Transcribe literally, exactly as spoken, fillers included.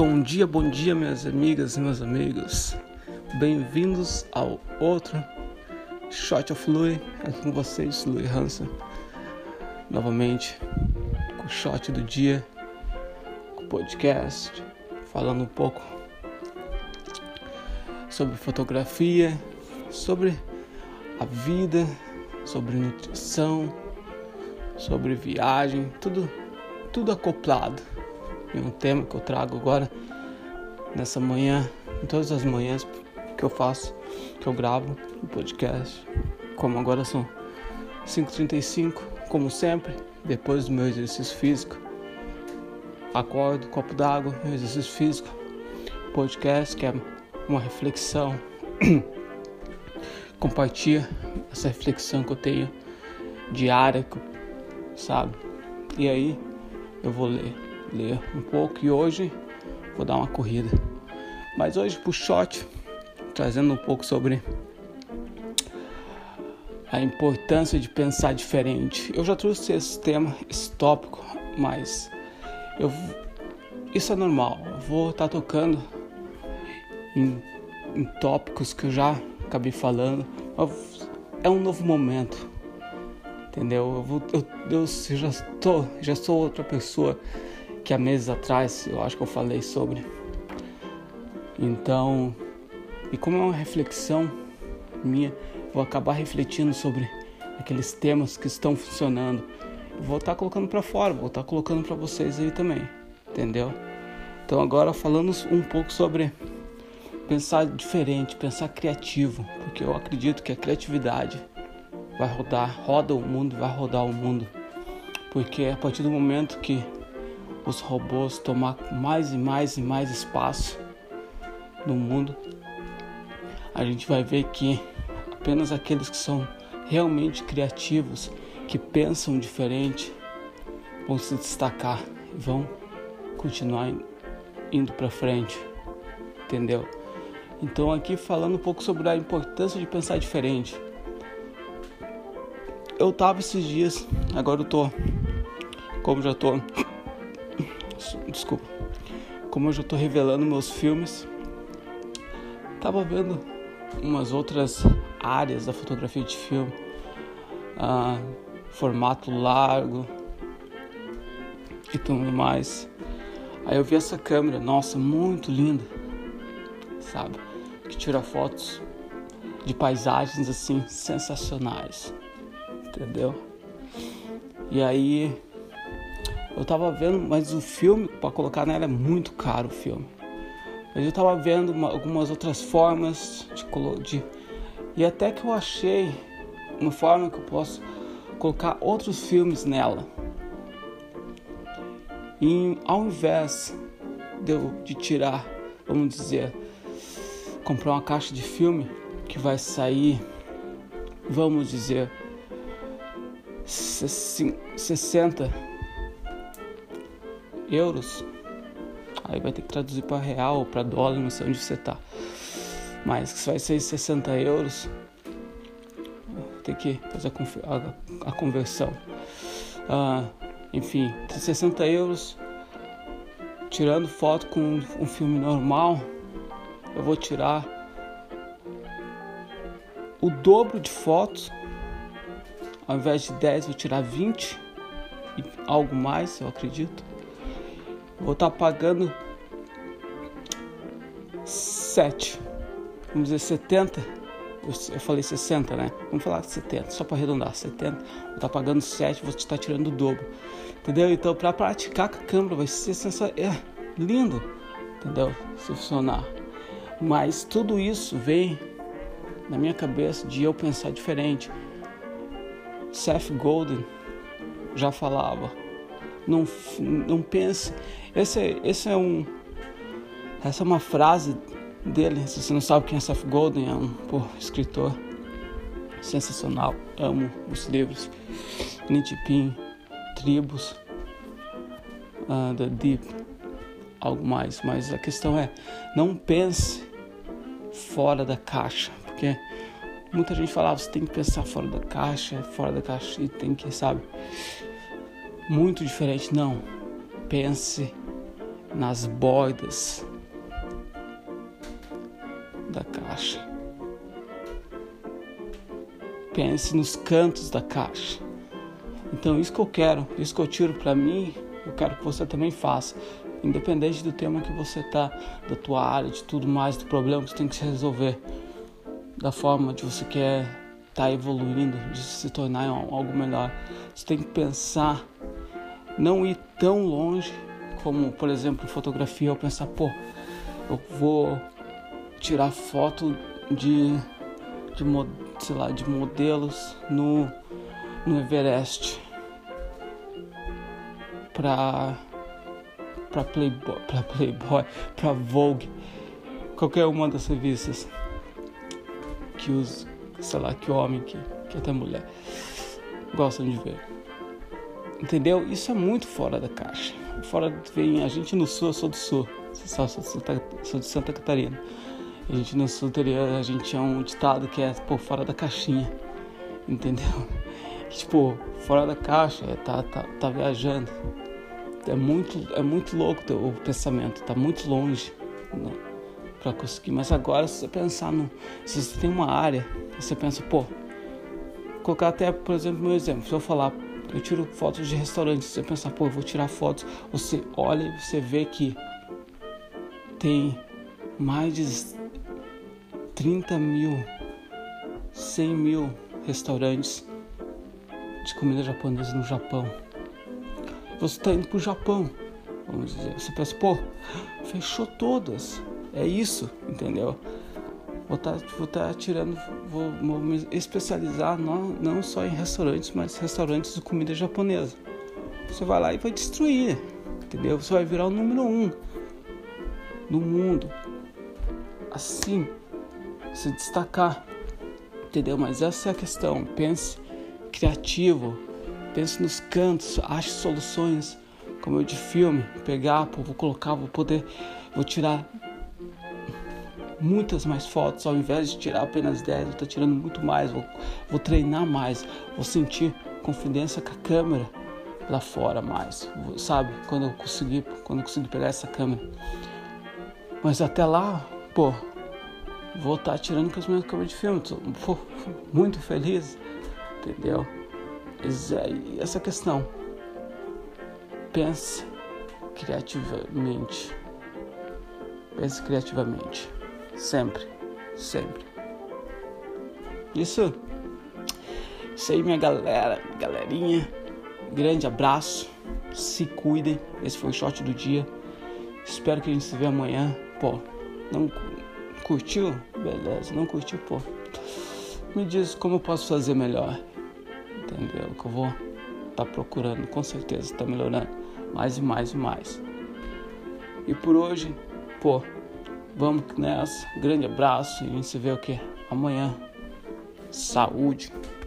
Bom dia, bom dia, minhas amigas e meus amigos. Bem-vindos ao outro Shot of Louis, aqui com vocês, Louis Hansen. Novamente, com o shot do dia, com o podcast, falando um pouco sobre fotografia, sobre a vida, sobre nutrição, sobre viagem, tudo, tudo acoplado. E um tema que eu trago agora, nessa manhã, em todas as manhãs que eu faço, que eu gravo o podcast, como agora são cinco e trinta e cinco, como sempre, depois do meu exercício físico, acordo, copo d'água, meu exercício físico, podcast, que é uma reflexão, compartilha essa reflexão que eu tenho diária, sabe? E aí eu vou ler. ler um pouco e hoje vou dar uma corrida, mas hoje pro shot, trazendo um pouco sobre a importância de pensar diferente. Eu já trouxe esse tema, esse tópico, mas eu, isso é normal, eu vou estar tá tocando em, em tópicos que eu já acabei falando. É um novo momento, entendeu? Eu, vou, eu, eu já, estou, já sou outra pessoa que há meses atrás eu acho que eu falei sobre. Então, e como é uma reflexão minha, vou acabar refletindo sobre aqueles temas que estão funcionando. Eu vou estar colocando para fora, vou estar colocando para vocês aí também, entendeu? Então agora falando um pouco sobre pensar diferente, pensar criativo, porque eu acredito que a criatividade vai rodar, roda o mundo, vai rodar o mundo, porque a partir do momento que os robôs tomar mais e mais e mais espaço no mundo, a gente vai ver que apenas aqueles que são realmente criativos, que pensam diferente, vão se destacar, vão continuar indo para frente, entendeu? Então aqui falando um pouco sobre a importância de pensar diferente. Eu tava esses dias, agora eu tô, como já tô Desculpa. Como eu já estou revelando meus filmes, estava vendo umas outras áreas da fotografia de filme, ah, formato largo e tudo mais. Aí eu vi essa câmera, nossa, muito linda, sabe? Que tira fotos de paisagens assim sensacionais, entendeu? E aí eu tava vendo, mas o filme, pra colocar nela, é muito caro o filme. Mas eu tava vendo uma, algumas outras formas de, de... E até que eu achei uma forma que eu posso colocar outros filmes nela. E ao invés de eu de tirar, vamos dizer, comprar uma caixa de filme que vai sair, vamos dizer, sessenta euros, aí vai ter que traduzir para real ou para dólar, não sei onde você tá, mas que vai ser sessenta euros, tem que fazer a, conf- a, a conversão, ah, enfim, sessenta euros, tirando foto com um, um filme normal, eu vou tirar o dobro de fotos, ao invés de dez, vou tirar vinte e algo mais, eu acredito. Vou estar pagando sete, vamos dizer setenta, eu, eu falei sessenta, né? Vamos falar setenta, só para arredondar, setenta, vou estar pagando sete, vou estar tirando o dobro, entendeu? Então, para praticar com a câmera vai ser sensacional, é lindo, entendeu? Se funcionar. Mas tudo isso vem na minha cabeça de eu pensar diferente. Seth Godin já falava, não, não pense. Esse é, esse é um, essa é uma frase dele. Se você não sabe quem é Seth Godin, é um pô, escritor sensacional. Amo os livros Nitipin, Tribos, uh, The Deep, algo mais. Mas a questão é, não pense fora da caixa, porque muita gente falava, você tem que pensar fora da caixa, fora da caixa, e tem que, sabe, muito diferente. Não, pense nas bordas da caixa. Pense nos cantos da caixa. Então isso que eu quero, isso que eu tiro para mim, eu quero que você também faça. Independente do tema que você tá, da tua área, de tudo mais, do problema que você tem que se resolver, da forma que você quer estar tá evoluindo, de se tornar algo melhor. Você tem que pensar, não ir tão longe como, por exemplo, fotografia, eu pensar, pô, eu vou tirar foto de, de, sei lá, de modelos no, no Everest para para Playboy, para Playboy, para Vogue, qualquer uma das revistas que os, sei lá, que homem, que, que até mulher gostam de ver. Entendeu? Isso é muito fora da caixa. Fora vem a gente no sul, eu sou do sul, sou, sou, sou, sou de Santa Catarina. A gente no sul teria, a gente é um ditado que é, pô, fora da caixinha. Entendeu? Tipo, fora da caixa, é tá, tá, tá viajando. É muito, é muito louco o pensamento, tá muito longe, né, para conseguir. Mas agora, se você pensar no, se você tem uma área, você pensa, pô, colocar até, por exemplo, meu exemplo, se eu falar, eu tiro fotos de restaurantes, você pensar, pô, eu vou tirar fotos, você olha e você vê que tem mais de trinta mil, cem mil restaurantes de comida japonesa no Japão. Você está indo para o Japão, vamos dizer. Você pensa, pô, fechou todas. É isso, entendeu? Vou estar tá, vou tá tirando, vou, vou me especializar não, não só em restaurantes, mas restaurantes de comida japonesa. Você vai lá e vai destruir, entendeu? Você vai virar o número um no mundo. Assim, se destacar, entendeu? Mas essa é a questão. Pense criativo. Pense nos cantos, ache soluções, como eu de filme, pegar, pô, vou colocar, vou poder, vou tirar muitas mais fotos, ao invés de tirar apenas dez, eu tô tirando muito mais, vou, vou treinar mais, vou sentir confidência com a câmera lá fora mais, sabe, quando eu conseguir, quando eu conseguir pegar essa câmera. Mas até lá, pô, vou estar tirando com as minhas câmeras de filme, tô, pô, muito feliz, entendeu? Essa questão, pense criativamente, pense criativamente, sempre, sempre. Isso, isso aí, minha galera, galerinha, grande abraço, se cuidem, esse foi o shot do dia, espero que a gente se vê amanhã. Pô, não curtiu? Beleza, não curtiu, pô, me diz como eu posso fazer melhor. Entendeu? Que eu vou estar tá procurando, com certeza, tá melhorando mais e mais e mais. E por hoje, pô, vamos nessa. Grande abraço e a gente se vê o que? Amanhã. Saúde.